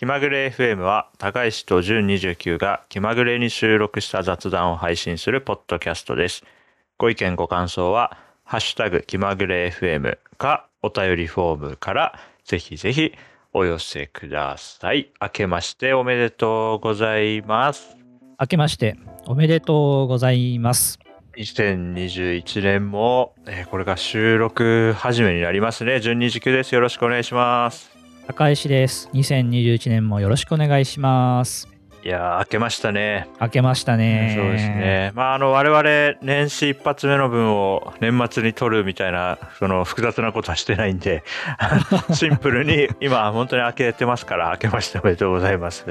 気まぐれ FM は高石と準29が気まぐれに収録した雑談を配信するポッドキャストです。ご意見ご感想はハッシュタグ気まぐれ FM かお便りフォームからぜひぜひお寄せください。明けましておめでとうございます。 明けましておめでとうございます。 2021年も、これが収録始めになりますね。準29です。よろしくお願いします。 高石です。2021年もよろしくお願いします。 いやー、明けましたね。 明けましたね。 そうですね。我々年始一発目の分を年末に取るみたいなその複雑なことはしてないんでシンプルに今本当に明けてますから明けましておめでとうございます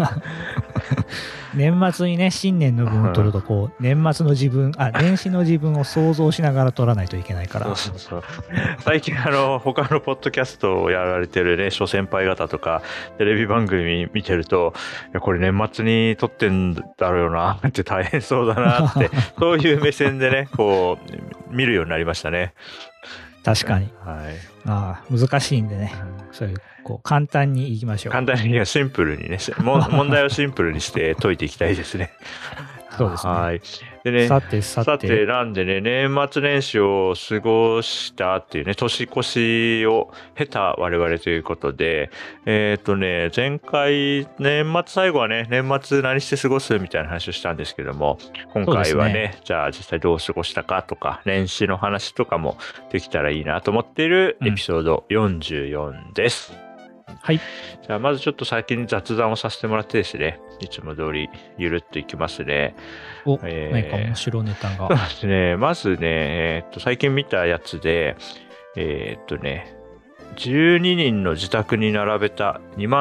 年末にね、新年の分を取るとこう、年末の自分、年始の自分を想像しながら取らないといけないから。 そう最近他のポッドキャストをやられてるね諸先輩方とかテレビ番組見てると、いやこれ年末に撮ってんだろうなって大変そうだなってそういう目線でねこう見るようになりましたね。 確かに、 はい、 難しいんでね、そういうこう簡単にいきましょう。 簡単にシンプルにね問題をシンプルにして解いていきたいですね。 そうですね。 はい。でね、さてなんでね、年末年始を過ごしたっていうね、年越しを経た我々ということで、前回、年末最後はね、年末何して過ごすみたいな話をしたんですけども、今回はね、じゃあ実際どう過ごしたかとか、年始の話とかもできたらいいなと思っているエピソード44です。 はい。 じゃあまずちょっと先に雑談をさせてもらってですね、いつも通りゆるっといきますね。 何か面白いネタが。 そうですね。まずね、最近見たやつで、12人の自宅に並べた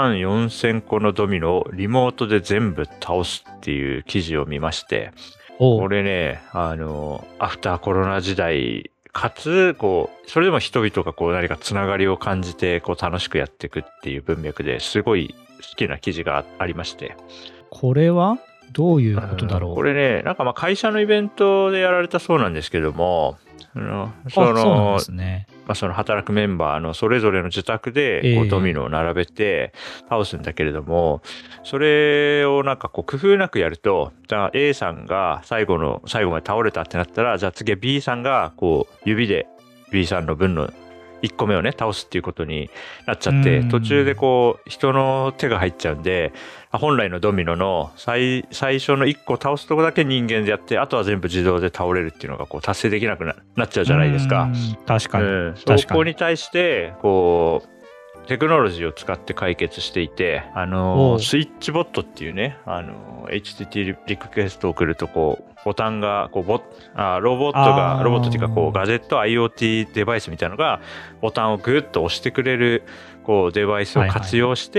24,000個のドミノをリモートで全部倒すっていう記事を見まして、これね、アフターコロナ時代、かつ、それでも人々が何かつながりを感じて、楽しくやっていくっていう文脈ですごい好きな記事がありまして。 これはどういうことだろう。 これね、なんか会社のイベントでやられたそうなんですけども、 そうなんですね。 その働くメンバーのそれぞれの自宅でドミノを並べて倒すんだけれども、それをなんか工夫なくやると、じゃあ A さんが最後まで倒れたってなったら、じゃあ次は B さんが指で B さんの分の1個目をね倒すっていうことになっちゃって、途中で人の手が入っちゃうんで、本来のドミノの最初の1個倒すとこだけ人間でやって、あとは全部自動で倒れるっていうのが達成できなくなっちゃうじゃないですか。 確かに。 そこに対してテクノロジーを使って解決していて、スイッチボットっていうね、HTTP リクエストを送るとボタンがロボットっていうかガジェット IoT デバイスみたいなのがボタンをグッと押してくれるデバイスを活用して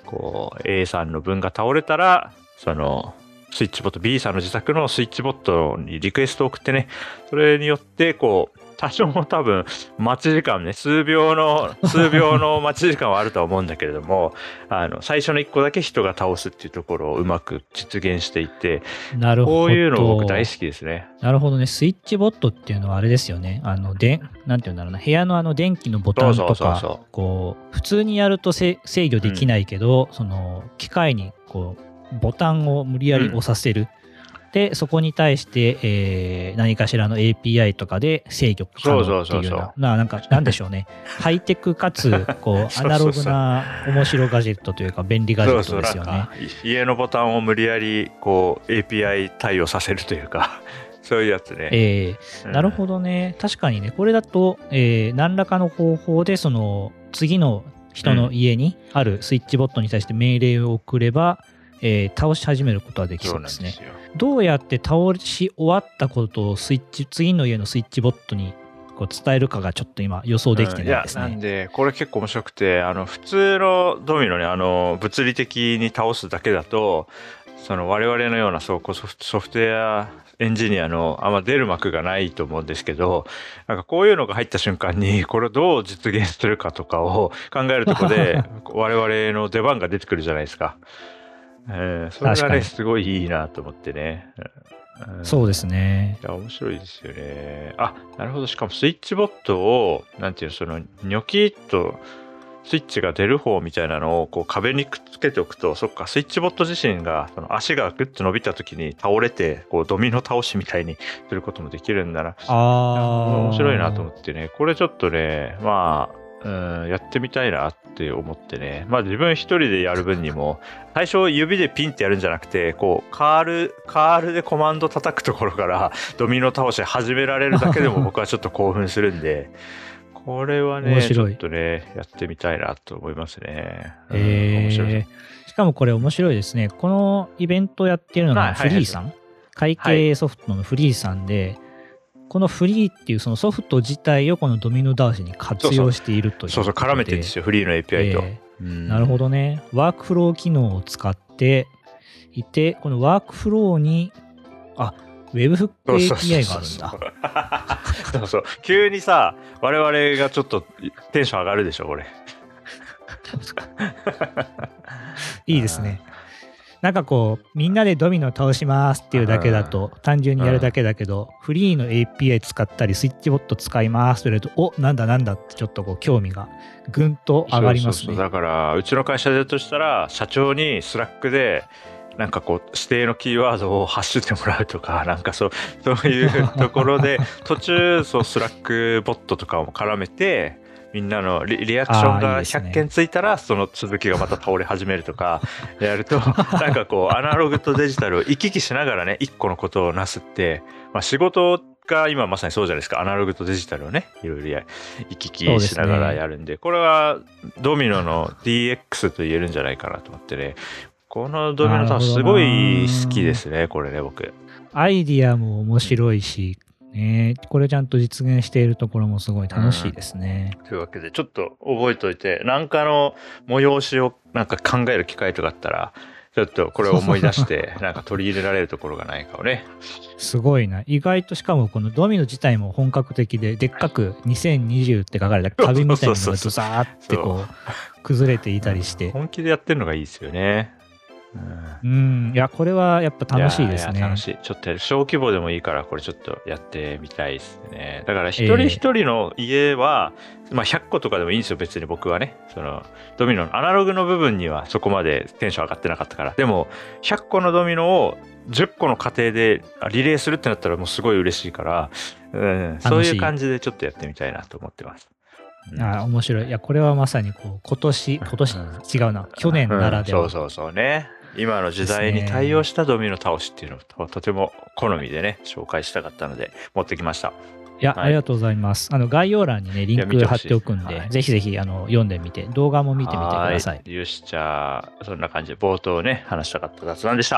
、A さんの分が倒れたらそのスイッチボット B さんの自宅のスイッチボットにリクエストを送ってね、それによって多少も多分待ち時間ね、数秒の待ち時間はあるとは思うんだけれども、最初の1個だけ人が倒すっていうところをうまく実現していて、こういうの僕大好きですね。 なるほどね。スイッチボットっていうのはあれですよね。なんていうんだろうな、部屋の電気のボタンとか、普通にやると制御できないけど、その機械にボタンを無理やり押させる。でそこに対して、何かしらの API とかで制御可能っていうような、なんでしょうね。ハイテクかつアナログな面白ガジェットというか便利ガジェットですよね。 家のボタンを無理やりAPI 対応させるというかそういうやつね。 なるほどね。確かにね、これだと、何らかの方法でその次の人の家にあるスイッチボットに対して命令を送れば、倒し始めることはできそうですね。どうやって倒し終わったことを次の家のスイッチボットに伝えるかがちょっと今予想できてないですね。 なんでこれ結構面白くて、普通のドミノね、物理的に倒すだけだとその我々のようなソフトウェアエンジニアのあんま出る幕がないと思うんですけど、なんかこういうのが入った瞬間にこれをどう実現するかとかを考えるところで我々の出番が出てくるじゃないですか。それがねすごいいいなと思ってね。 そうですね。 いや面白いですよね。なるほど。しかもスイッチボットをそのニョキッとスイッチが出る方みたいなのをこう壁にくっつけておくと、そっか、スイッチボット自身がその足がグッと伸びた時に倒れて、こうドミノ倒しみたいにすることもできるんだな。面白いなと思ってね、これちょっとね、まあ、やってみたいなって思ってね、まあ自分一人でやる分にも、最初指でピンってやるんじゃなくて、こうカールでコマンド叩くところからドミノ倒し始められるだけでも僕はちょっと興奮するんで、これはね、ちょっとね、やってみたいなと思いますね。面白い。 しかもこれ面白いですね。このイベントやってるのがフリーさん、会計ソフトのフリーさんで、このフリーっていうそのソフト自体をこのドミノ倒しに活用しているという。 そう絡めてるんですよ、フリーの API と。 なるほどね。ワークフロー機能を使っていて、このワークフローに、ウェブフック API があるんだ。 そうそう。急にさ、我々がちょっとテンション上がるでしょ、これ。 いいですね。なんかこう、みんなでドミノ倒しますっていうだけだと、単純にやるだけだけど、フリーの API 使ったり、スイッチボット使いますと言われると、なんだってちょっとこう、興味がぐんと上がりますね。 だから、うちの会社でとしたら、社長にスラックで、なんかこう指定のキーワードを発してもらうとか、なんかそういうところで途中スラックボットとかも絡めて、みんなのリアクションが100件ついたらその続きがまた倒れ始めるとかやると、なんかこうアナログとデジタルを行き来しながらね、一個のことをなすって、まあ、仕事が今まさにそうじゃないですか。アナログとデジタルをね、いろいろ行き来しながらやるんで、これはドミノの DX と言えるんじゃないかなと思ってね。このドミノ倒しすごい好きですね、これね、僕。 アイディアも面白いし、これちゃんと実現しているところもすごい楽しいですね。 というわけで、ちょっと覚えておいて、なんかの催しをなんか考える機会とかあったら、ちょっとこれを思い出して、なんか取り入れられるところがないかをね。 すごいな。意外としかもこのドミノ自体も本格的で、でっかく2020って書かれた壁みたいなのがドサーってこう、崩れていたりして。 本気でやってるのがいいですよね。 いや、これはやっぱ楽しいですね。 楽しい。ちょっと小規模でもいいから、これちょっとやってみたいですね。だから一人一人の家は、まあ100個とかでもいいんですよ、別に僕はね。そのドミノのアナログの部分にはそこまでテンション上がってなかったから。でも、100個のドミノを10個の家庭でリレーするってなったらもうすごい嬉しいから、そういう感じでちょっとやってみたいなと思ってます。 面白い。いや、これはまさにこう今年違うな。去年ならでは。 そうね。今の時代に対応したドミノ倒しっていうのをとても好みでね、紹介したかったので持ってきました。 いや、ありがとうございます。概要欄にね、リンク貼っておくんで、ぜひぜひ読んでみて、動画も見てみてください。 よし、じゃあ、そんな感じで冒頭ね、話したかった雑談でした。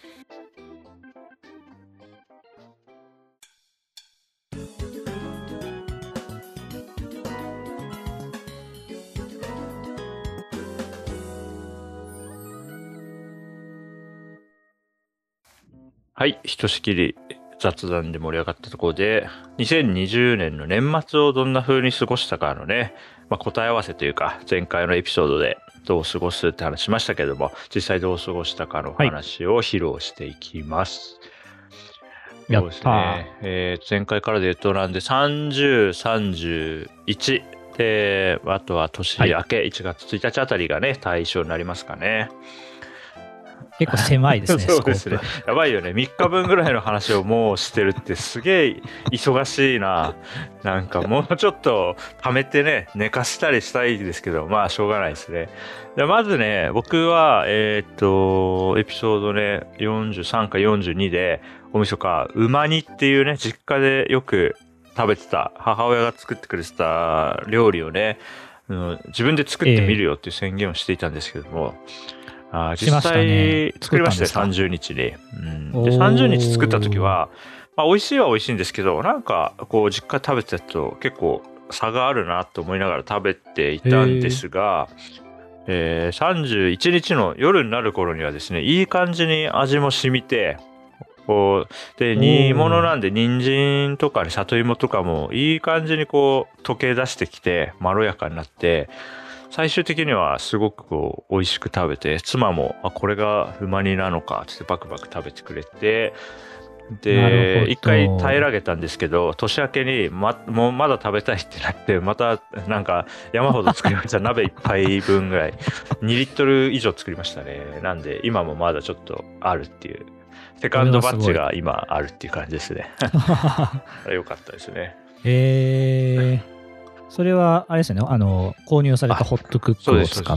はい、ひとしきり雑談で盛り上がったところで、2020年の年末をどんな風に過ごしたかのね、答え合わせというか、前回のエピソードでどう過ごすって話しましたけども、実際どう過ごしたかの話を披露していきます。 やったー。前回からで言うとなんで30、31で、あとは年明け1月1日あたりがね、対象になりますかね。 結構狭いですね。 そうですね。やばいよね。3日分ぐらいの話をもうしてるってすげえ忙しいな。なんかもうちょっと貯めてね、寝かしたりしたいですけど、まあしょうがないですね。でまずね、僕は、エピソードね、43か42で、大晦日、馬煮っていうね、実家でよく食べてた、母親が作ってくれてた料理をね、自分で作ってみるよっていう宣言をしていたんですけども、実際作りましたね、30日に。で30日作った時は、美味しいは美味しいんですけど、なんかこう実家食べてたと結構差があるなと思いながら食べていたんですが、31日の夜になる頃にはですね、いい感じに味も染みて、こうで煮物なんで人参とか里芋とかもいい感じにこう溶け出してきてまろやかになって、最終的にはすごくこう美味しく食べて、妻もこれが馬煮なのかってバクバク食べてくれて、 で、一回平らげたんですけど、年明けにもうまだ食べたいってなって、またなんか山ほど作りました。鍋1杯分ぐらい。2リットル以上作りましたね。なんで、今もまだちょっとあるっていう。セカンドバッジが今あるっていう感じですね。よかったですね。 それはあれですよね、購入されたホットクックを使って、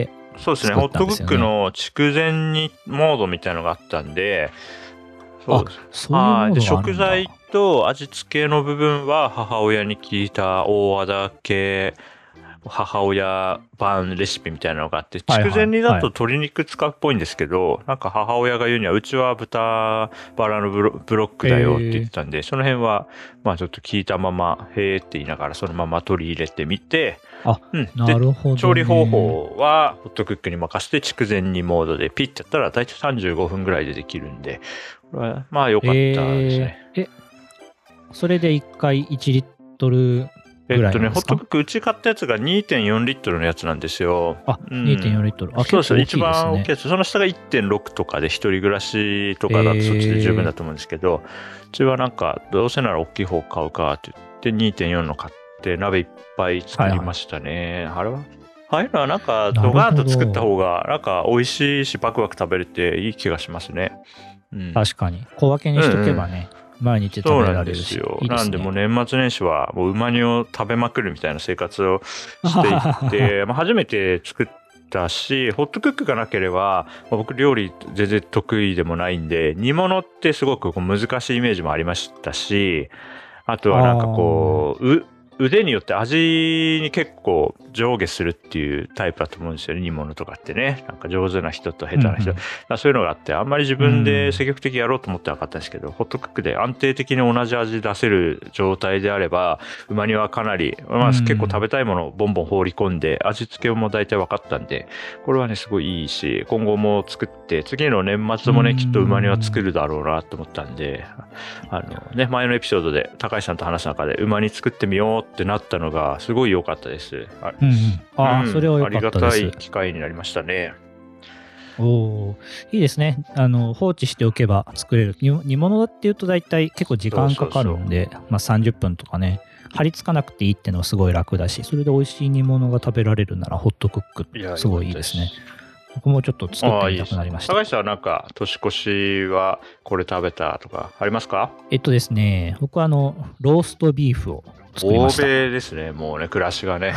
そうですね、ホットクックの筑前煮モードみたいなのがあったんで、 そういう食材と味付けの部分は母親に聞いた大和田系母親版レシピみたいなのがあって、筑前煮だと鶏肉使うっぽいんですけど、なんか母親が言うには、うちは豚バラのブロックだよって言ってたんで、その辺は、まあちょっと聞いたまま、へーって言いながらそのまま取り入れてみて、 なるほど、ね。 調理方法はホットクックに任せて筑前煮モードでピッてやったら大体35分ぐらいでできるんで、これはまあ良かったですね。 それで1回1リットルぐらいなんですか？ ホットクックうち買ったやつが 2.4 リットルのやつなんですよ。 2.4 リットル。 そうですね。一番大きいやつ。その下が 1.6 とかで一人暮らしとかだとそっちで十分だと思うんですけど、うちはなんかどうせなら大きい方買うかって言って 2.4 の買って鍋いっぱい作りましたね。あれはああいうのはなんかドガーンと作った方がなんか美味しいしバクバク食べれていい気がしますね。 確かに。小分けにしとけばね。毎日食べられるし。 そうなんですよ。なんでもう年末年始はもううま煮を食べまくるみたいな生活をしていって初めて作ったし、ホットクックがなければ、僕料理全然得意でもないんで、煮物ってすごく難しいイメージもありましたし、あとはなんかこう腕によって味に結構上下するっていうタイプだと思うんですよね、煮物とかってね。なんか上手な人と下手な人、そういうのがあって、あんまり自分で積極的にやろうと思ってなかったんですけど、ホットクックで安定的に同じ味出せる状態であれば、うま煮はかなり、結構食べたいものをボンボン放り込んで、味付けも大体分かったんで、これはね、すごいいいし、今後も作って、次の年末もね、きっとうま煮は作るだろうなと思ったんで、前のエピソードで高橋さんと話した中で、うま煮作ってみようってなったのがすごい良かったです。 それは良かったです。ありがたい機会になりましたね。 いいですね。放置しておけば作れる。煮物っていうと大体結構時間かかるんで、30分とかね、張り付かなくていいっていうのはすごい楽だし、それで美味しい煮物が食べられるならホットクックすごいいいですね。僕もちょっと作ってみたくなりました。 高橋さんはなんか年越しはこれ食べたとかありますか？ ですね、僕はローストビーフを作りました。 欧米ですね、もうね、暮らしがね。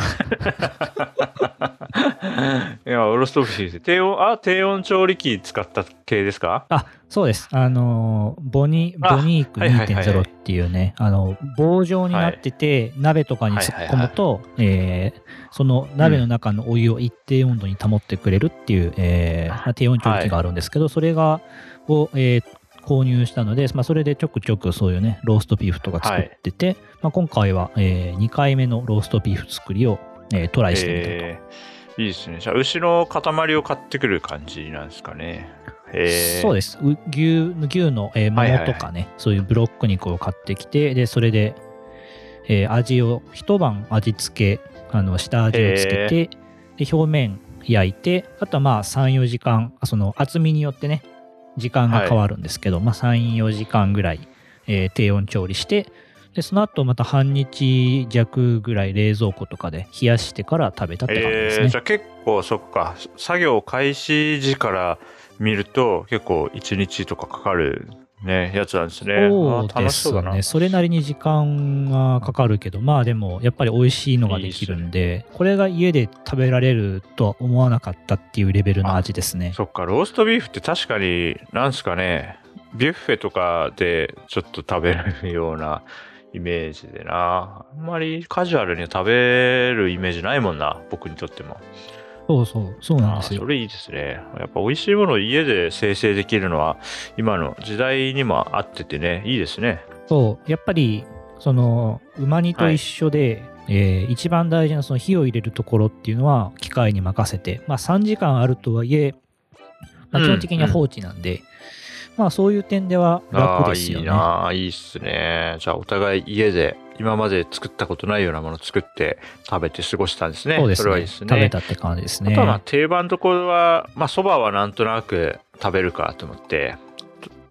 いや、ローストビーフ低温調理器使った系ですか？ そうです。ボニーク 2.0 っていうね、棒状になってて、鍋とかに突っ込むと、その鍋の中のお湯を一定温度に保ってくれるっていう、低温調理器があるんですけど、それを購入したので、それでちょくちょくそういうね、ローストビーフとか作ってて、今回は、2回目のローストビーフ作りを、トライしてみたいと。 いいですね。じゃあ、牛の塊を買ってくる感じなんですかね。 そうです。牛のももとかね、そういうブロック肉を買ってきて、で、それで、味を、一晩味付け、下味をつけて、で、表面焼いて、あとは3、4時間、その厚みによってね、時間が変わるんですけど、3、4時間ぐらい、低温調理して、で、その後また半日弱ぐらい冷蔵庫とかで冷やしてから食べたって感じですね。 じゃあ結構そっか、作業開始時から見ると結構1日とかかかるね、やつなんですね。 そうですね。それなりに時間がかかるけど、でもやっぱり美味しいのができるんで、これが家で食べられるとは思わなかったっていうレベルの味ですね。 そっか、ローストビーフって確かになんすかね、ビュッフェとかでちょっと食べるようなイメージでな。あんまりカジュアルに食べるイメージないもんな、僕にとっても。 そうなんですよ。 それいいですね。やっぱ美味しいものを家で生成できるのは今の時代にも合っててね、いいですね。 やっぱりそのうま煮と一緒で、一番大事なその火を入れるところっていうのは機械に任せて、3時間あるとはいえ、基本的には放置なんで、そういう点では楽ですよね。 いいっすね。じゃあお互い家で今まで作ったことないようなものを作って食べて過ごしたんですね。 そうですね。 それはいいですね。 食べたって感じですね。 あとは定番どころは、そばはなんとなく食べるかと思って、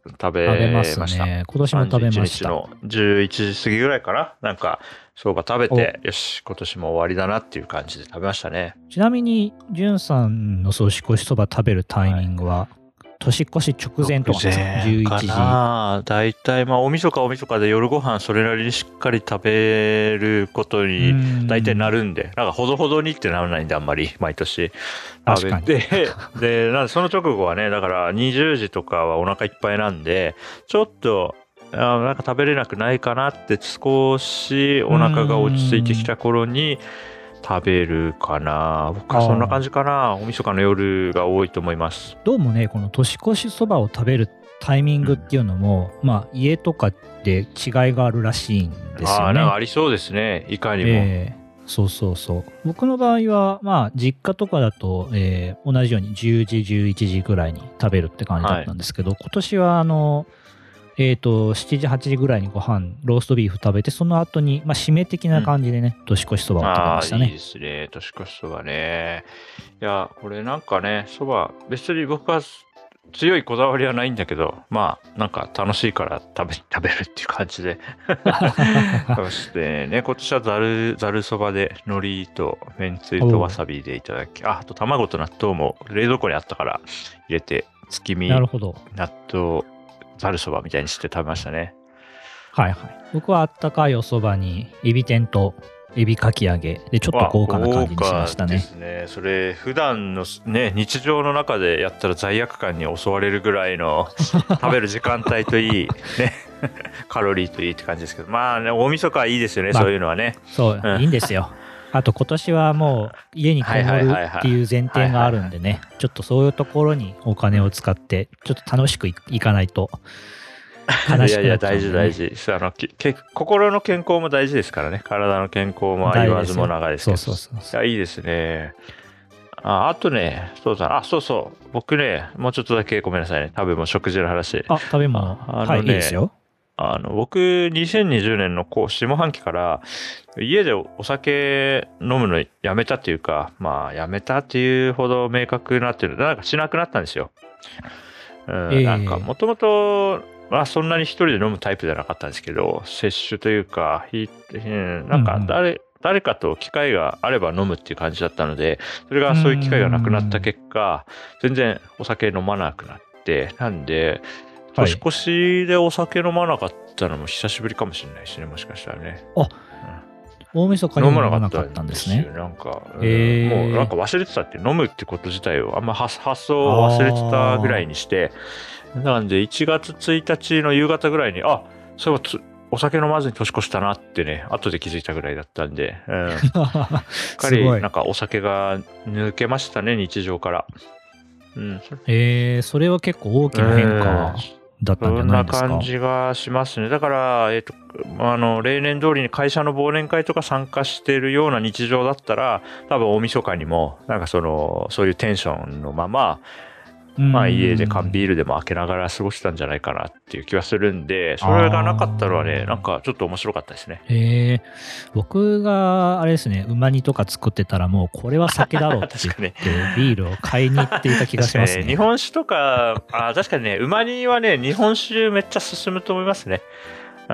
食べ食べますました。 ね。今年も食べま 31 した。 日の11時過ぎぐらいかな。なんか、相場食べて、よし、今年も終わりだなっていう感じで食べましたね。 ちなみに、じゅんさんの年越しそば食べるタイはい。 ミングは、年越し直前と直かですか？ 前か 11 時。 な。だいたいまあ大晦日大晦日で夜ご飯それなりにしっかり食べることうーに大体なん、 るんで、なんかほどほどにってならないんであんまり毎年食べ確かに。 て、で、なんでその直後はね、だから20時とかはお腹いっぱいなんで、ちょっと、なんか食べれなくないかなって少しうーお腹が落ち着いてきん。 た頃に食べるかな。僕はそんな感じああ。 かな。大晦日の夜が多いと思います。 どうもね、この年越しそばを食べるタイミンうん。 グっていうのも、まあ、家とかで違いがあるらしいんですああ、なんかよね。 ありそうですね。いかにも。 ええ、そうそうそう。僕の場合は、まあ、実家とかだと、同じように10時、11時ぐらいに食べるって感じだっはい。 たんですけど、今年は、7時、8時ぐらいにご飯、ローストビーフ食べて、その後に、まあ、締め的なうん。 感じでね、年越しそばを食べああ、 ましたね。 いいですね。年越しそばね。いや、これなんかね、そば、別に僕は強いこだわりはないんだけど、まあ、なんか楽しいから食べるっていう感じで。そしてね、今年はざるそばで、海苔とめんつゆとわおう、 さびでいただき、あと卵と納豆も冷蔵庫にあったから入れて、月見なるほど。 納豆ざるそばみたいにして食べましたね。 はいはい。僕はあったかいお蕎麦に、エビ天とエビかき揚げで、ちょっとわ、 豪華な感豪じにしましたね。 華ですね。それ、普段のね、日常の中でやったら罪悪感に襲われるぐらいの食べる時間帯といい、ね、カロリーといいって感じですけど、まあね、大晦日はいいですよね、 まあ、 そういうのはね。 そう、 うん。 いいんですよ。あと今年はもう家にはいはいこもるはいはい。 っていう前はい提があはいはい。 るんでね、ちょっとそういうところにお金を使って、ちょっと楽しくいかないと悲いやいや、 しくなっちゃ大うんでね。 事大事。心の健康も大事ですからね。体の健康も言わずも大事ですよ。そう長いですけど。いそうそうそや、いいですね。あとね、そうだな。あ、そうそう。僕ね、もうちょっとだけごめんなさいね。食べ物、食事の話。 う。あ、食べ物。 あはい、いいですのね、 よ。 僕、2020年の下半期から、家でお酒飲むのやめたっていうか、まあ、やめたっていうほど明確なっていうの、なんかしなくなったんですよ。うん、なんか、 ええ、 もともと、まあ、そんなに一人で飲むタイプじゃなかったんですけど、摂取というか、なんかうん、 誰かと機会があれば飲むっていう感じだったので、それうん。 がそういう機会がなくなったん。 結果、全然お酒飲まなくなって、なんで、年はい。 越しでお酒飲まなかったのも久しぶりかもしれないですね、もしかしたらね。 あ、大晦日に飲まもなかった飲まなかったんですね。 んですよ。なんか、もうなんええ、 か忘れてたっていう、飲むってこと自体をあんま発想を忘れてたぐらいああ、 にして、なんで1月1日の夕方ぐらいに、あ、そういえばお酒飲まずに年越したなってね、後で気づいたぐらいだったんで、しっかすごい。 りなんかお酒が抜けましたね、日常から。うん。 それは結構大うきな変ん。 化だったんじゃそんな感ないですか？ じがしますね。だから、例年通りに会社の忘年会とか参加しているような日常だったら、多分大晦日にも、なんかそういうテンションのまま、 うーまあ家で缶ビん。 ールでも開けながら過ごしたんじゃないかなっていう気はするんで、それがなかったのはね、なんああ。 かちょっと面白かったですね。 僕があれですね、馬煮とか作ってたらもうこれは酒だろって言っ確かに。 てビールを買いに行っていた気が確かにね、日しますね。 本酒とか、確かにね、馬煮はね、日本酒めっちゃ進むと思いますね。うん。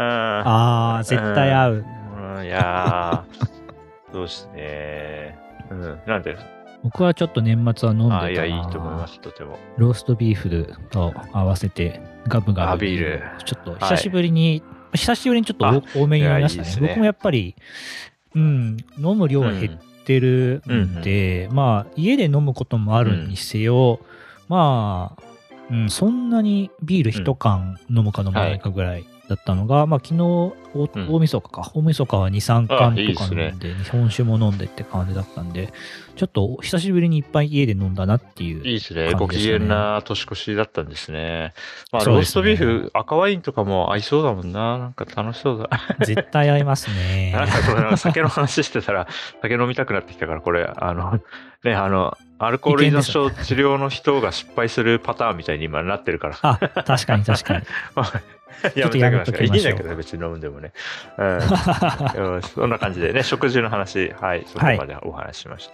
ああ、絶対合う。 いやー、そうですね。うん。なんで、 僕はちょっと年末は飲んでいや、 たいいと思いまな。 す、とても。 ローストビーフと合わせてガブガブビールをビール。 ちょっとはい。 久しぶりにちょっとあ、 多めに飲いや、いみましたね。僕もいですね。 やっぱり、うん、飲む量は減うん。 ってるうん、うんん。 で、まあ、家で飲むこともあるにうん。 せよ、まあ、うん、そんなにビール一うん。 缶飲むか飲まないはい。 かぐらいだったのが、まあ、昨日、 うん。 大晦日か。大晦日は2、3缶いいとですね。 か飲んで、日本酒も飲んでって感じだったんで、ちょっと久しぶりにいっぱい家で飲んだなっていういいですね。 感じでご機したね。 嫌な年越しだったんですね。まあ、 そうでローストビーすね。 フ、赤ワインとかも合いそうだもんな。なんか楽しそうだ。 絶対合いますなんね。 かこれ、なんか酒の話してたら、酒飲みたくなってきたから、これ、ね、アルコール依危険です。 存症治療の人が失敗するパターンみたいに今なってるから。 あ、確かに確かに。 まあちょやめっとやめとておきますか。いいんきましょう。 だけどね、別に飲むんでもね。うん。よしそんな感じでね、食事の話、はい、そこはい。 までお話ししました。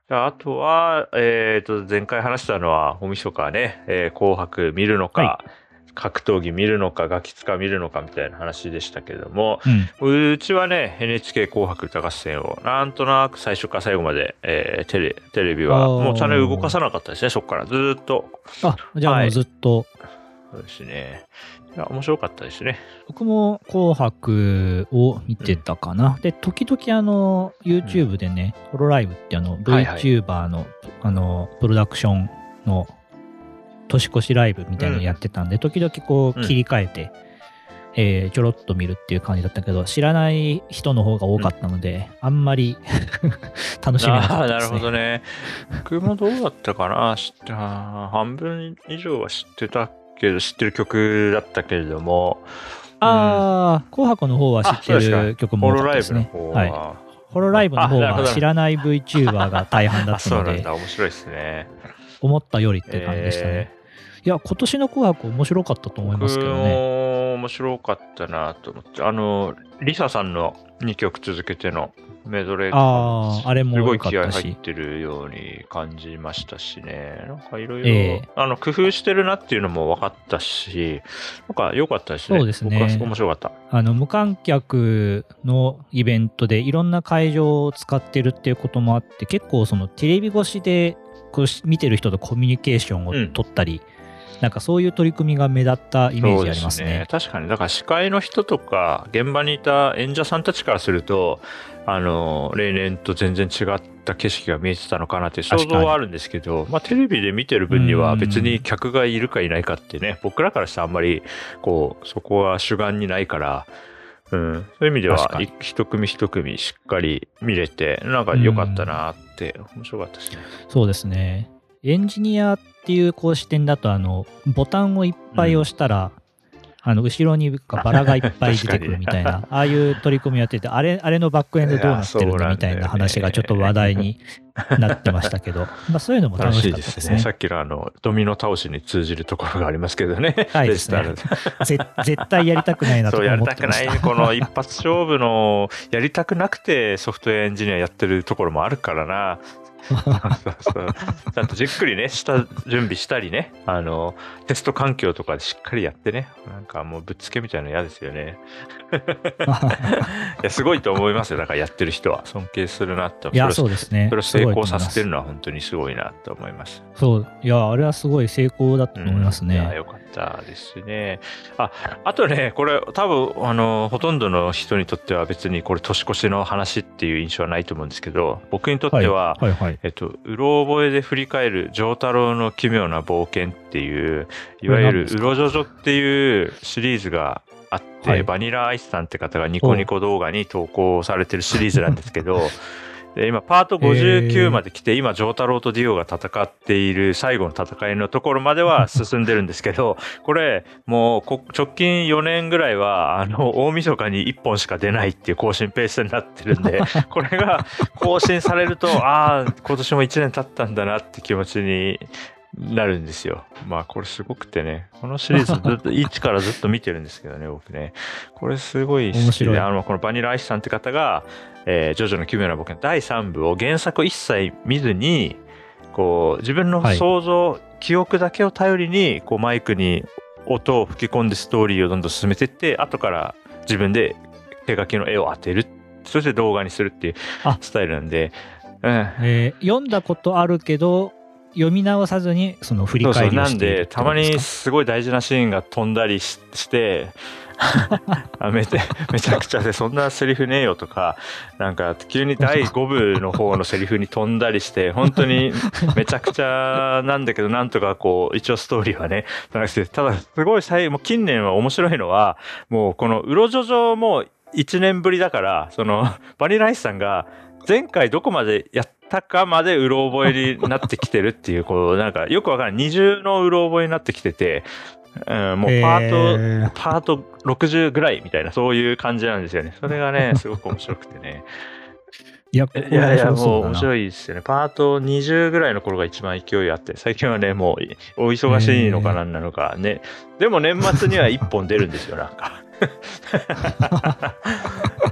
あとは、前回話したのは、大晦日ね、紅白見るのか、 は格闘技見るのか、ガキ使見るのかみたいな話でしたけれども、うちはね、NHK 紅白歌合戦を、なんとなく最初から最後まで、テレビは、もうチャンネル動かさなかったですね、そこからずっと。 じゃあもうずっと。 そうですね。いや、面白かったですね。 僕も紅白を見てたかな。で、時々YouTube でね、ホロライブってVTuber の、プロダクションの年越しライブみたいなのやってたんで、時々こう切り替えて、ちょろっと見るっていう感じだったけど、知らない人の方が多かったので、あんまり楽しめなかったですね。 なるほどね。僕もどうだったかな。半分以上は知ってたけど、知ってる曲だったけれども。 紅白の方は知ってる曲も多かったですね。ホロライブの方は知らない VTuber が大半だったので、 そうなんだ、面白いですね。 思ったよりって感じでしたね。いや、今年の紅白面白かったと思いますけどね。 面白かったなと思って、リサさんの2曲続けてのメドレーとか、 あれもすごい気合入ってるように感じましたしね。なんかいろいろ工夫してるなっていうのも分かったし、なんか良かったですね。 そうですね。 僕は面白かった。 無観客のイベントでいろんな会場を使ってるっていうこともあって、結構そのテレビ越しでこう見てる人とコミュニケーションを取ったり、なんかそういう取り組みが目立ったイメージありますね。 そうですね。確かに。だから司会の人とか、現場にいた演者さんたちからすると、例年と全然違った景色が見えてたのかなっていう想像はあるんですけど、まあテレビで見てる分には別に客がいるかいないかってね、僕らからしたらあんまり、そこは主眼にないから、そういう意味では、一組一組しっかり見れて、なんか良かったなって、面白かったですね。 そうですね。エンジニアっていう視点だとボタンをいっぱい押したら、後ろにバラがいっぱい出てくるみたいな、ああいう取り組みやってて、あれのバックエンドどうなってるんだみたいな話がちょっと話題になってましたけど、まあそういうのも楽しかったですね。 さっきのドミノ倒しに通じるところがありますけどね。 はいですね。絶対やりたくないなと思ってました。 そう、やりたくない。この一発勝負のやりたくなくてソフトウェアエンジニアやってるところもあるからな。そうちゃんとじっくりね準備したりね、テスト環境とかでしっかりやってね、なんかもうぶっつけみたいなの嫌ですよね。いやすごいと思いますよ。だからやってる人は尊敬するなって。 いやそうですね。 それを成功させてるのは本当にすごいなと思います。 そう、いやあれはすごい成功だと思いますね。 いやよかったですね。あとね、これ多分ほとんどの人にとっては別にこれ年越しの話っていう印象はないと思うんですけど、僕にとっては、うろ覚えで振り返る丈太郎の奇妙な冒険っていう、いわゆるうろジョジョっていうシリーズがあって、バニラアイスさんって方がニコニコ動画に投稿されてるシリーズなんですけど、で今パート59まで来て、今丈太郎とディオが戦っている最後の戦いのところまでは進んでるんですけど、これもう直近4年ぐらいは大晦日に1本しか出ないっていう更新ペースになってるんで、これが更新されると今年も1年経ったんだなって気持ちになるんですよ。まあこれすごくてね、このシリーズずっと1からずっと見てるんですけどね、僕ね。これすごい好きで、このバニラアイスさんって方が、ジョジョの奇妙な冒険第3部を原作一切見ずに、自分の想像、記憶だけを頼りにマイクに音を吹き込んでストーリーをどんどん進めていって、後から自分で手書きの絵を当てる、そして動画にするっていうスタイルなんで、 読んだことあるけど読み直さずにその振り返りをしているってことですか？ なんでたまにすごい大事なシーンが飛んだりしてめちゃくちゃで、そんなセリフねえよとか、なんか急に第5部の方のセリフに飛んだりして、本当にめちゃくちゃなんだけど、なんとか一応ストーリーはね、ただすごいもう近年は面白いのは、もうこのうろジョジョも1年ぶりだから、そのバニラアイスさんが前回どこまでやったかまでうろ覚えになってきてるっていう、なんかよくわからない二重のうろ覚えになってきてて、もうパート60ぐらいみたいな、そういう感じなんですよね。それがねすごく面白くてね。いやもう面白いですよね。パート20ぐらいの頃が一番勢いあって、最近はねもうお忙しいのかなんなのかね。でも年末には1本出るんですよ、なんか。面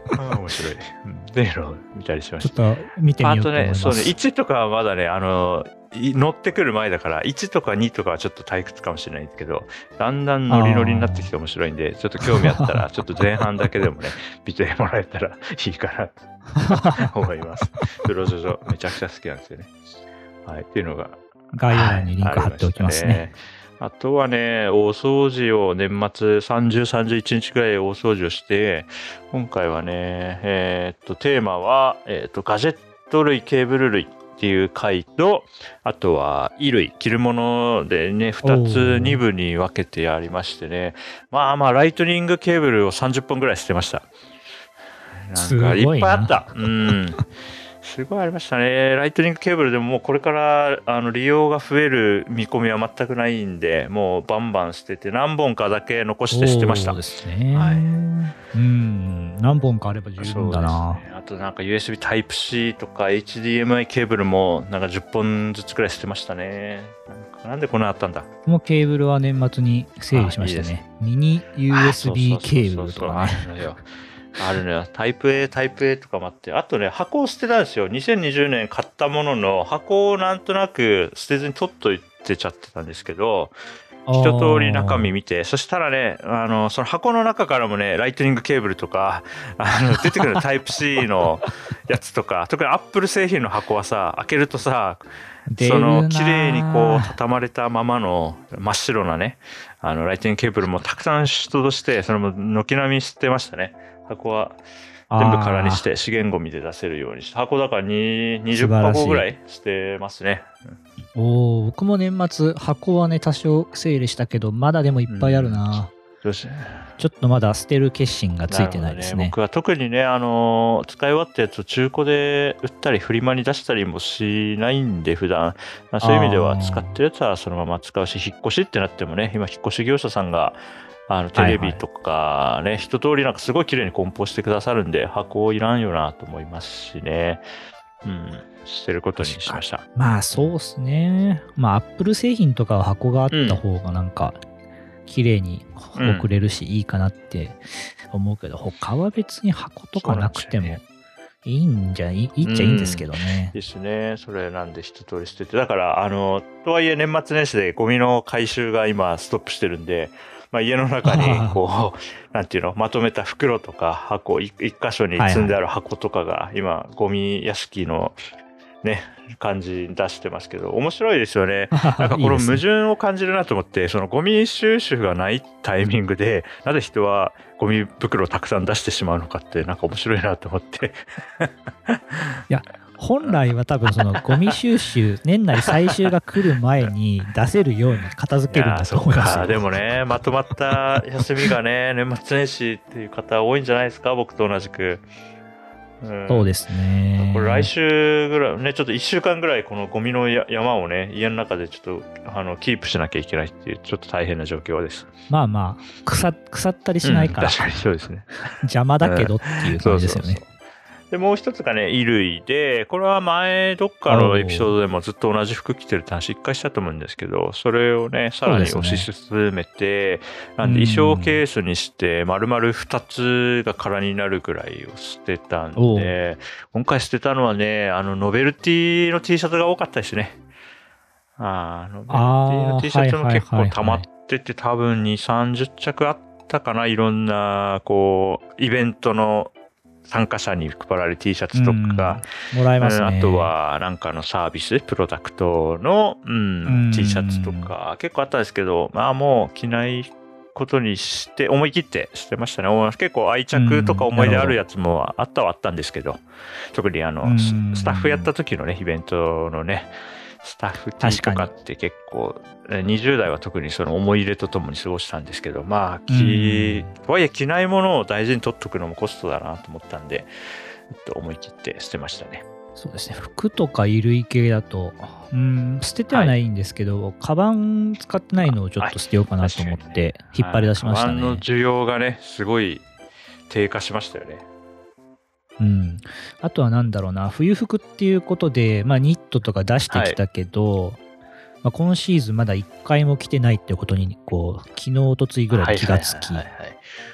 面白い。っていうのを見たりしました。 ちょっと見てみようと思います。 そうね、1とかはまだね、乗ってくる前だから、1とか2とかはちょっと退屈かもしれないけど、だんだんノリノリになってきて面白いんで、ちょっと興味あったら、ちょっと前半だけでもね、見てもらえたらいいかなと思います。プロジョジョ、めちゃくちゃ好きなんですよね。はい、っていうのが。 概要欄にリンク貼っておきますね。 あとはね、大掃除を年末30、31日ぐらい大掃除をして、今回はね、テーマは、ガジェット類、ケーブル類っていう回と、あとは衣類、着るものでね、2部に分けてやりましてね、まあライトニングケーブルを30本ぐらい捨てました。なんかいっぱいあった。すごいありましたね。ライトニングケーブルでももうこれから利用が増える見込みは全くないんで、もうバンバン捨てて何本かだけ残して捨てました。 そうですね。はい。何本かあれば十分だな。 あとなんか USB Type-C とか HDMI ケーブルもなんか10本ずつくらい捨てましたね。なんでこんなあったんだ。 このケーブルは年末に整理しましたね。ミニ USB ケーブルとかね。 あるのよ。タイプ A とかもあって。あとね、箱を捨てたんですよ。2020年買ったものの、箱をなんとなく捨てずに取っといてちゃってたんですけど、一通り中身見て、そしたらね、その箱の中からもね、ライトニングケーブルとか、出てくるタイプ C のやつとか、特にアップル製品の箱はさ、開けるとさ、綺麗にこう畳まれたままの真っ白なね、ライトニングケーブルもたくさん出土して、それも軒並み捨てましたね。箱は全部空にして資源ゴミで出せるようにして、箱だから20箱ぐらい捨てますね。 僕も年末箱はね多少整理したけど、まだでもいっぱいあるな。ちょっとまだ捨てる決心がついてないですね。 僕は特にね、使い終わったやつを中古で売ったりフリマに出したりもしないんで、普段そういう意味では使ってるやつはそのまま使うし、引っ越しってなってもね、今引っ越し業者さんがテレビとかね、一通りなんかすごい綺麗に梱包してくださるんで、箱いらんよなと思いますしね。捨てることにしました。 まあそうですね。まあアップル製品とかは箱があった方がなんか綺麗に送れるしいいかなって思うけど、他は別に箱とかなくてもいいっちゃいいんですけどね。 ですね。それなんで一通り捨てて、だからとはいえ年末年始でゴミの回収が今ストップしてるんで、家の中にこうなんていうの、まとめた袋とか箱、一箇所に積んである箱とかが今ゴミ屋敷のね感じ出してますけど、面白いですよね。なんかこの矛盾を感じるなと思って、そのゴミ収集がないタイミングでなぜ人はゴミ袋をたくさん出してしまうのかって、なんか面白いなと思っていや本来は多分そのゴミ収集年内最終が来る前に出せるように片付けるんだと思いますよ。 でもね、まとまった休みがね年末年始っていう方多いんじゃないですか、僕と同じく。 そうですね。 これ来週ぐらいね、ちょっと1週間ぐらいこのゴミの山をね家の中でちょっとキープしなきゃいけないっていう、ちょっと大変な状況です。 まあまあ腐ったりしないから、 確かにそうですね。 邪魔だけどっていう感じですよね。 でもう一つがね、衣類で、これは前どっかのエピソードでもずっと同じ服着てるって話一回したと思うんですけど、それをねさらに推し進めて、なんで衣装ケースにして丸々2つが空になるぐらいを捨てたんで、今回捨てたのはね、ノベルティの T シャツが多かったですね。ノベルティの T シャツも結構溜まってて、多分2、30着あったかな。いろんなこうイベントの参加者に配られる T シャツとか、 もらえますね。 あとはなんかのサービス、プロダクトの、T シャツとか結構あったんですけど、もう着ないことにして思い切って捨てましたね。結構愛着とか思い出あるやつもあったんですけど、特にスタッフやった時のねイベントのねスタッフ T とかって結構20代は特にその思い入れとともに過ごしたんですけど、とはいえ着ないものを大事に取っとくのもコストだなと思ったんで、思い切って捨てましたね。 そうですね。服とか衣類系だと捨ててはないんですけど、カバン使ってないのをちょっと捨てようかなと思って引っ張り出しましたね。 カバンの需要がねすごい低下しましたよね。 あとはなんだろうな、冬服っていうことで、ニットとか出してきたけど、今シーズンまだ1回も着てないってことに昨日おとついぐらい気がつき、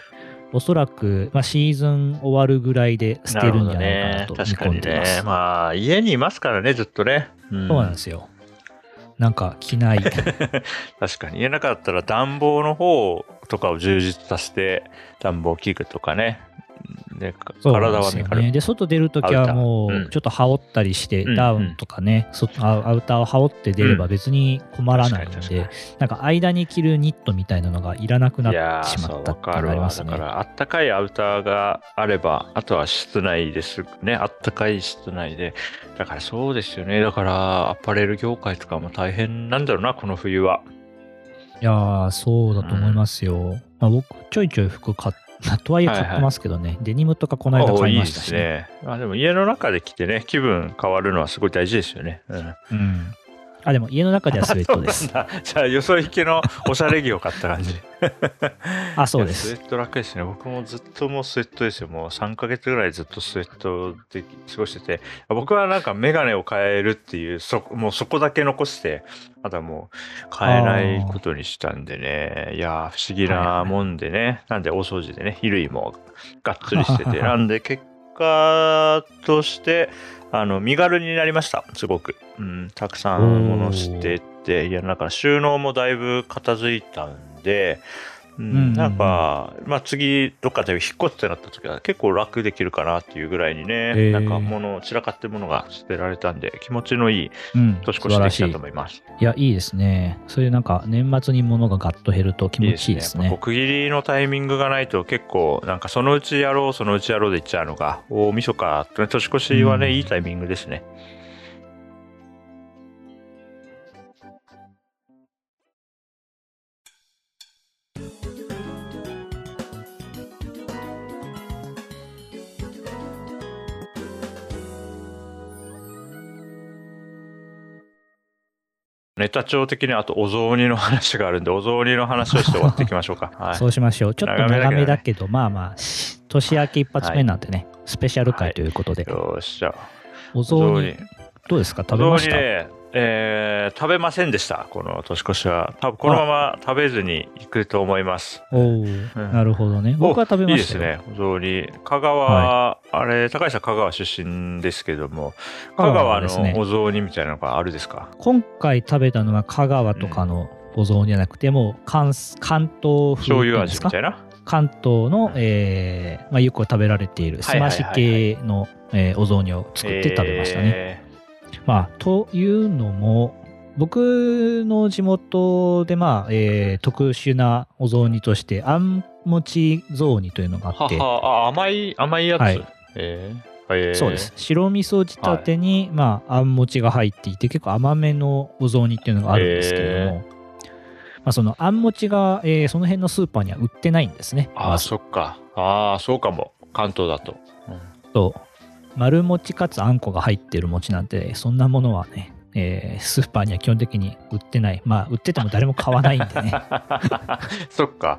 おそらく、シーズン終わるぐらいで捨てるんじゃないかなと見込んでいます。 確かにね。まあ、家にいますからね、ずっとね。 そうなんですよ。なんか着ない。 確かに。家の中だったら暖房の方とかを充実させて、暖房器具とかね。で体はね、 で、外出るときはもう、ちょっと羽織ったりして、ダウンとかね、アウターを羽織って出れば別に困らないので、なんか間に着るニットみたいなのがいらなくなってしまったっていうのがありますね。 だから、あったかいアウターがあれば、あとは室内ですね。あったかい室内で。だからそうですよね。だから、アパレル業界とかも大変なんだろうな、この冬は。 いやー、そうだと思いますよ。僕、ちょいちょい服買って、とはいえ買ってますけどね、デニムとかこの間買いましたし、ね。 いいですね。でも家の中で着てね、気分変わるのはすごい大事ですよね。 でも家の中ではスウェットです。 じゃあ、よそ行きのおしゃれ着を買った感じ。 そうです。 スウェット楽ですね。僕もずっともうスウェットですよ。もう3ヶ月ぐらいずっとスウェットで過ごしてて、僕はなんかメガネを変えるっていう、もうそこだけ残して、あとはもう変えないことにしたんでね。いや不思議なもんでね。なんで大掃除でね、衣類もがっつりしてて、なんで結果として、身軽になりました。すごく。たくさん物してって、いや、だから収納もだいぶ片付いたんで、なんか、次どっかで引っ越すってなった時は結構楽できるかなっていうぐらいにね、なんか散らかってるものが捨てられたんで、気持ちのいい年越しできたと思います。 いや、いいですね。そういうなんか年末に物がガッと減ると気持ちいいですね。 区切りのタイミングがないと結構なんかそのうちやろうで言っちゃうのが、大晦日、年越しはね、いいタイミングですね。ネタ帳的にあとお雑煮の話があるんで、お雑煮の話をして終わっていきましょうか。 そうしましょう。ちょっと長めだけど、年明け一発目なんてね、スペシャル回ということで。 よっしゃ。 お雑煮、どうですか？食べました？ 食べませんでした。この年越しは。多分このまま食べずに行くと思います。 なるほどね。僕は食べましたよ。 いいですね。お雑煮。香川、高橋さん香川出身ですけども、香川のお雑煮みたいなのがあるですか？ 今回食べたのは香川とかのお雑煮じゃなくても、関東風醤油味みたいな。 関東の、よく食べられているすまし系のお雑煮を作って食べましたね。というのも、僕の地元で、特殊なお雑煮として、あんもち雑煮というのがあって。 甘いやつ。 そうです。白味噌仕立てに、あんもちが入っていて、結構甘めのお雑煮っていうのがあるんですけれども、そのあんもちが、その辺のスーパーには売ってないんですね。 そっか。そうかも。関東だと。 丸餅かつあんこが入ってる餅なんて、そんなものはね、スーパーには基本的に売ってない。売ってても誰も買わないんでね。 そっか。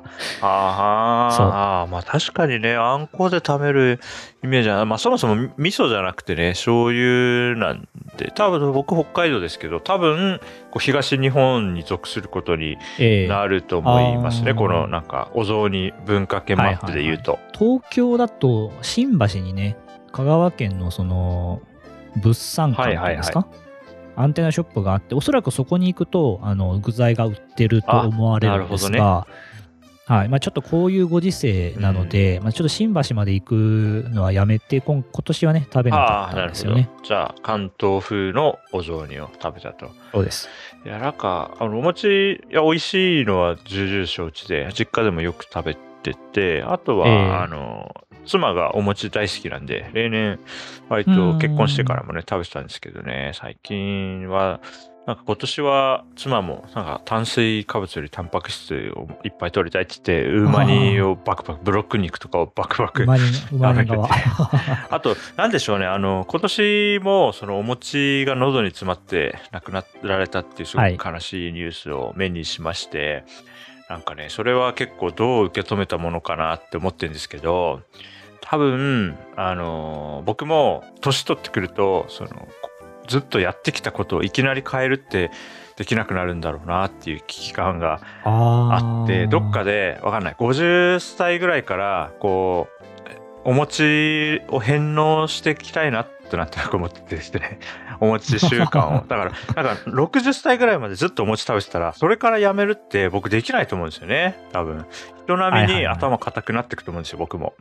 確かにね、あんこで食べるイメージは、そもそも味噌じゃなくてね、醤油なんで、多分僕北海道ですけど、多分東日本に属することになると思いますね。このなんかお雑煮文化圏マップで言うと。 東京だと新橋にね、香川県のその物産館っていうんですか、アンテナショップがあって、おそらくそこに行くと具材が売ってると思われるんですが、ちょっとこういうご時世なので、ちょっと新橋まで行くのはやめて、今年はね食べなかったんですよね。 じゃあ関東風のお雑煮を食べたと。 そうです。 いや、なんかお餅美味しいのは重々承知で、実家でもよく食べてて、あとは、妻がお餅大好きなんで、例年割と結婚してからもね食べてたんですけどね、最近はなんか今年は妻もなんか炭水化物よりタンパク質をいっぱい取りたいって言って、うま煮をバクバク、ブロック肉とかをバクバク食べてて、あとなんでしょうね、今年もそのお餅が喉に詰まって亡くなられたっていうすごく悲しいニュースを目にしまして、なんかね、それは結構どう受け止めたものかなって思ってるんですけど、多分僕も年取ってくると、そのずっとやってきたことをいきなり変えるってできなくなるんだろうなっていう危機感があって、どっかでわかんない50歳ぐらいからこうお餅を返納していきたいなってなんとなく思っててですねお餅習慣をだからなんか60歳ぐらいまでずっとお餅食べてたらそれからやめるって僕できないと思うんですよね。多分人並みに頭固くなっていくと思うんですよ、僕も。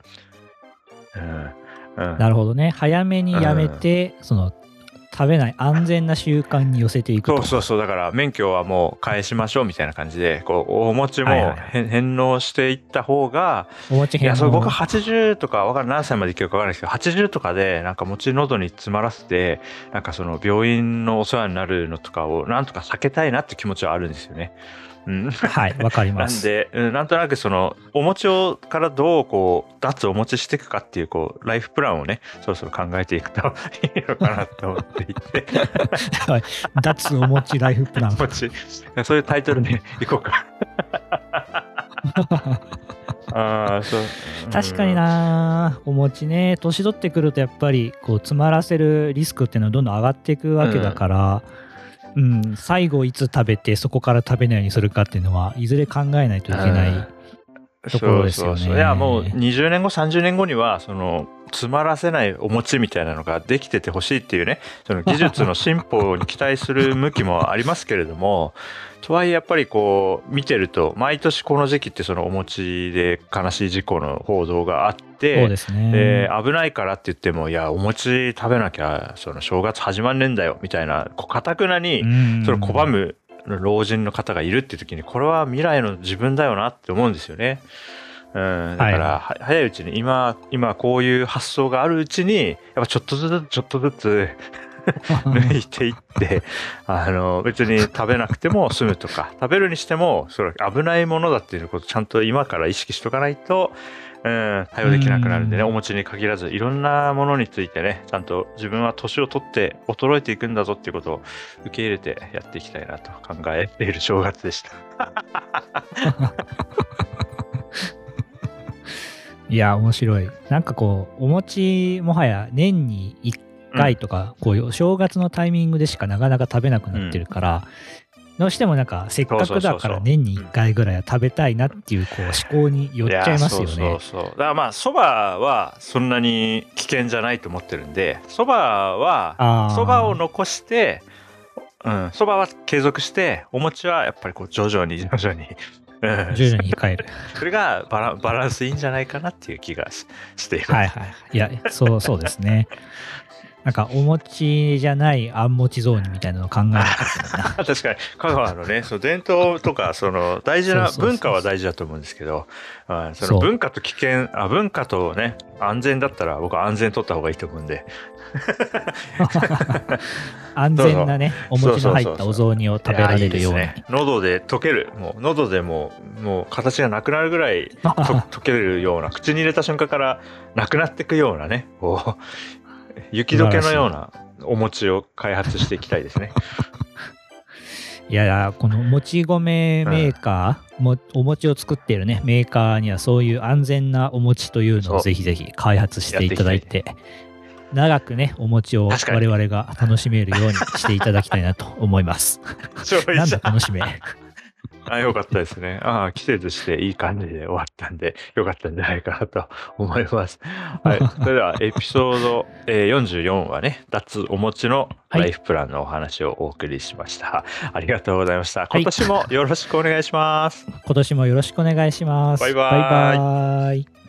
なるほどね。早めにやめて、その食べない安全な習慣に寄せていくと。 そうだから免許はもう返しましょうみたいな感じでこうお餅も返納していった方が、 お餅返納。 いやそれ僕80とかわかんない何歳までいけるかわからないですけど80とかでなんか餅喉に詰まらせてなんかその病院のお世話になるのとかをなんとか避けたいなって気持ちはあるんですよね。 はい、わかります。 なんで、なんとなくそのお餅をからどうこう脱お餅していくかっていうこうライフプランをねそろそろ考えていくといいのかなと思っていて脱お餅ライフプランそういうタイトルでいこうか確かにな、お餅ね年取ってくるとやっぱりこう詰まらせるリスクっていうのはどんどん上がっていくわけだから、最後いつ食べてそこから食べないようにするかっていうのはいずれ考えないといけないところですよね。 いやもう20年後30年後にはその詰まらせないお餅みたいなのができててほしいっていうねその技術の進歩に期待する向きもありますけれどもとはいえやっぱりこう見てると毎年この時期ってそのお餅で悲しい事故の報道があってそうですね、 危ないからって言ってもいやお餅食べなきゃその正月始まんねえんだよみたいな堅くなにその拒む老人の方がいるっていう時にこれは未来の自分だよなって思うんですよね。だから早いうちに今こういう発想があるうちにやっぱちょっとずつ抜いていって別に食べなくても済むとか食べるにしてもそれ危ないものだっていうことをちゃんと今から意識しとかないと対応できなくなるんでね、お餅に限らずいろんなものについてねちゃんと自分は年を取って衰えていくんだぞっていうことを受け入れてやっていきたいなと考えている正月でしたいや面白い。なんかこうお餅もはや年に1回とか、こういう正月のタイミングでしかなかなか食べなくなってるから、どうしてもなんかせっかくだから年に1回ぐらいは食べたいなっていうこう思考に寄っちゃいますよね。 だからまあそばはそんなに危険じゃないと思ってるんでそばを残してそばは継続してお餅はやっぱりこう徐々に控えるそれがバランスいいんじゃないかなっていう気がしています。 いやそうですねなんかお餅じゃないあん餅雑煮みたいなのを考えなきゃいけないな確かに香川のねその伝統とかその大事な文化は大事だと思うんですけどその文化と危険文化とね安全だったら僕は安全取った方がいいと思うんで安全なねお餅の入ったお雑煮を食べられるように喉で溶ける喉でもう形がなくなるぐらい溶けるような口に入れた瞬間からなくなっていくようなねこう雪解けのようなお餅を開発していきたいですね。 いやこのもち米メーカー、お餅を作っているねメーカーにはそういう安全なお餅というのをぜひぜひ開発していただいて長くねお餅を我々が楽しめるようにしていただきたいなと思います。なんだ楽しめよかったですね。季節していい感じで終わったんでよかったんじゃないかなと思います。はい、それではエピソード44はね脱お餅のライフプランのお話をお送りしました。ありがとうございました。今年もよろしくお願いします。 今年もよろしくお願いします。 バイバイ。